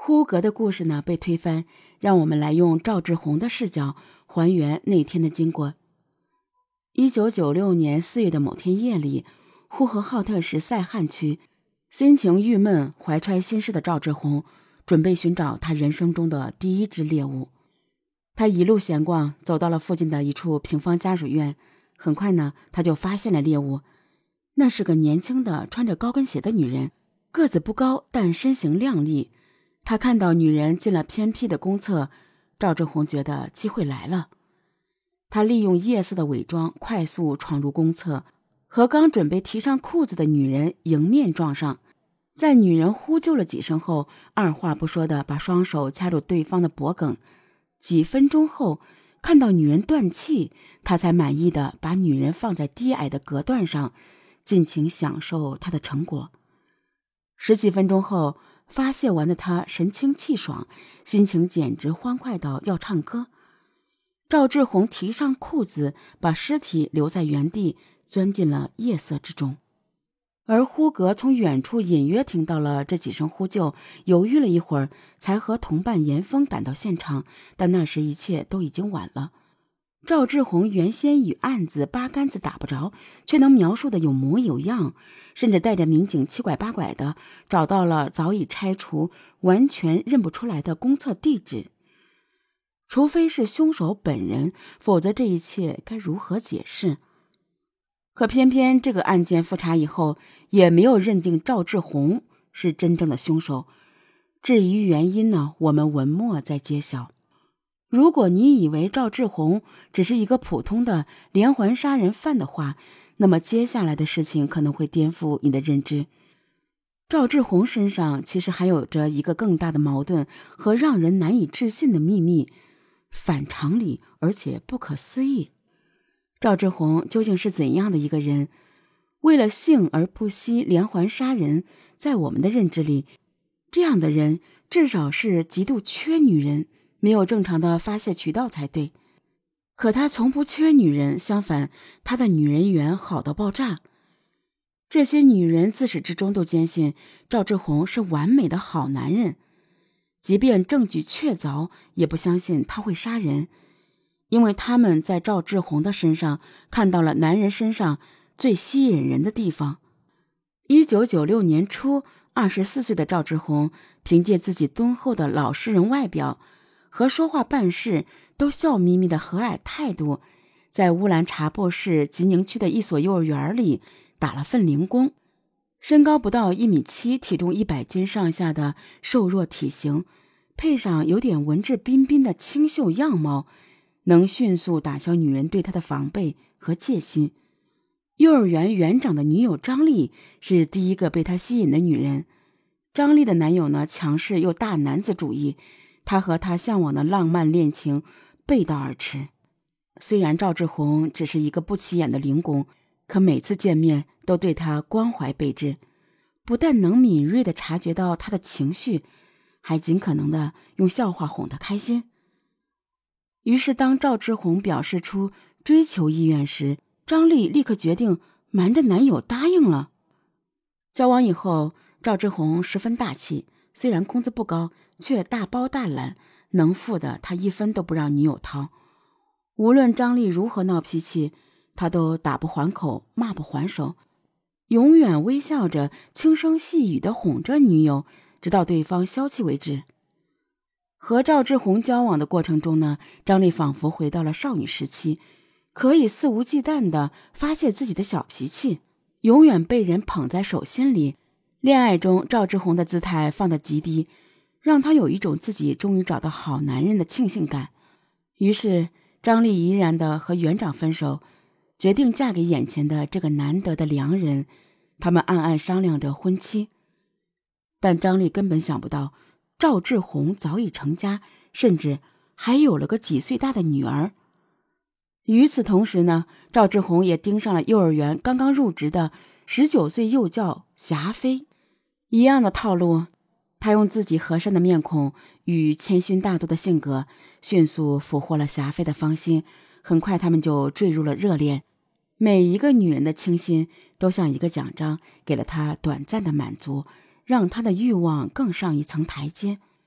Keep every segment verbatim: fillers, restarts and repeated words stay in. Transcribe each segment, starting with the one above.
呼格的故事呢被推翻，让我们来用赵志红的视角还原那天的经过。一九九六年四月的某天夜里，呼和浩特市赛汉区，心情郁闷、怀揣心事的赵志红准备寻找他人生中的第一只猎物。他一路闲逛，走到了附近的一处平房家属院。很快呢，他就发现了猎物。那是个年轻的穿着高跟鞋的女人，个子不高，但身形靓丽。他看到女人进了偏僻的公厕，赵志红觉得机会来了。他利用夜色的伪装，快速闯入公厕，和刚准备提上裤子的女人迎面撞上。在女人呼救了几声后，二话不说地把双手掐住对方的脖颈。几分钟后，看到女人断气，他才满意地把女人放在低矮的隔断上，尽情享受她的成果。十几分钟后，发泄完的他神清气爽，心情简直欢快到要唱歌。赵志红提上裤子，把尸体留在原地，钻进了夜色之中。而呼格从远处隐约听到了这几声呼救，犹豫了一会儿，才和同伴严峰赶到现场，但那时一切都已经晚了。赵志红原先与案子八竿子打不着，却能描述的有模有样，甚至带着民警七拐八拐的找到了早已拆除、完全认不出来的公厕地址。除非是凶手本人，否则这一切该如何解释？可偏偏这个案件复查以后，也没有认定赵志红是真正的凶手。至于原因呢，我们文末再揭晓。如果你以为赵志红只是一个普通的连环杀人犯的话，那么接下来的事情可能会颠覆你的认知。赵志红身上其实还有着一个更大的矛盾和让人难以置信的秘密，反常理而且不可思议。赵志红究竟是怎样的一个人？为了性而不惜连环杀人，在我们的认知里，这样的人至少是极度缺女人，没有正常的发泄渠道才对。可他从不缺女人，相反，他的女人缘好到爆炸。这些女人自始至终都坚信赵志红是完美的好男人，即便证据确凿，也不相信他会杀人，因为他们在赵志红的身上看到了男人身上最吸引人的地方。一九九六年初，二十四岁的赵志红凭借自己敦厚的老实人外表和说话办事都笑眯眯的和蔼态度，在乌兰察布市吉宁区的一所幼儿园里打了份零工。身高不到一米七，体重一百斤上下的瘦弱体型，配上有点文质彬彬的清秀样貌，能迅速打消女人对他的防备和戒心。幼儿园园长的女友张丽是第一个被他吸引的女人。张丽的男友呢，强势又大男子主义，他和他向往的浪漫恋情背道而驰。虽然赵志红只是一个不起眼的零工，可每次见面都对他关怀备至，不但能敏锐地察觉到他的情绪，还尽可能地用笑话哄他开心。于是当赵志红表示出追求意愿时，张丽立刻决定瞒着男友答应了。交往以后，赵志红十分大气，虽然工资不高，却大包大揽，能付的他一分都不让女友掏。无论张丽如何闹脾气，他都打不还口，骂不还手，永远微笑着轻声细语地哄着女友，直到对方消气为止。和赵志红交往的过程中呢，张丽仿佛回到了少女时期，可以肆无忌惮地发泄自己的小脾气，永远被人捧在手心里。恋爱中，赵志红的姿态放得极低，让他有一种自己终于找到好男人的庆幸感。于是张丽毅然地和园长分手，决定嫁给眼前的这个难得的良人。他们暗暗商量着婚期，但张丽根本想不到赵志红早已成家，甚至还有了个几岁大的女儿。与此同时呢，赵志红也盯上了幼儿园刚刚入职的十九岁幼教霞飞。一样的套路，他用自己和善的面孔与谦逊大度的性格，迅速俘获了霞飞的芳心。很快他们就坠入了热恋。每一个女人的倾心都像一个奖章，给了她短暂的满足，让她的欲望更上一层台阶。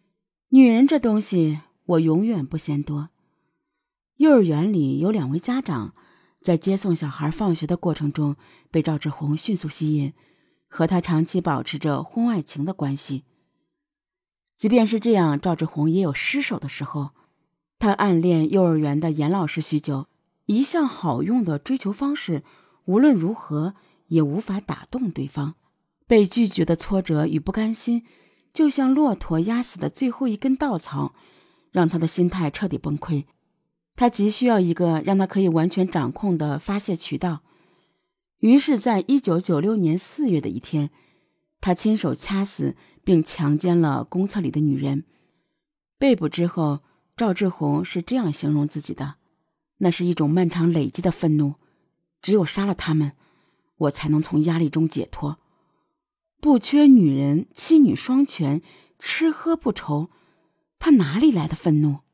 女人这东西，我永远不嫌多。幼儿园里有两位家长，在接送小孩放学的过程中，被赵志红迅速吸引，和他长期保持着婚外情的关系。即便是这样，赵志红也有失手的时候。他暗恋幼儿园的严老师许久，一向好用的追求方式，无论如何也无法打动对方。被拒绝的挫折与不甘心，就像骆驼压死的最后一根稻草，让他的心态彻底崩溃。他急需要一个让他可以完全掌控的发泄渠道。于是在一九九六年四月的一天，他亲手掐死并强奸了公厕里的女人。被捕之后，赵志红是这样形容自己的：那是一种漫长累积的愤怒，只有杀了他们，我才能从压力中解脱。不缺女人，妻女双全，吃喝不愁，他哪里来的愤怒？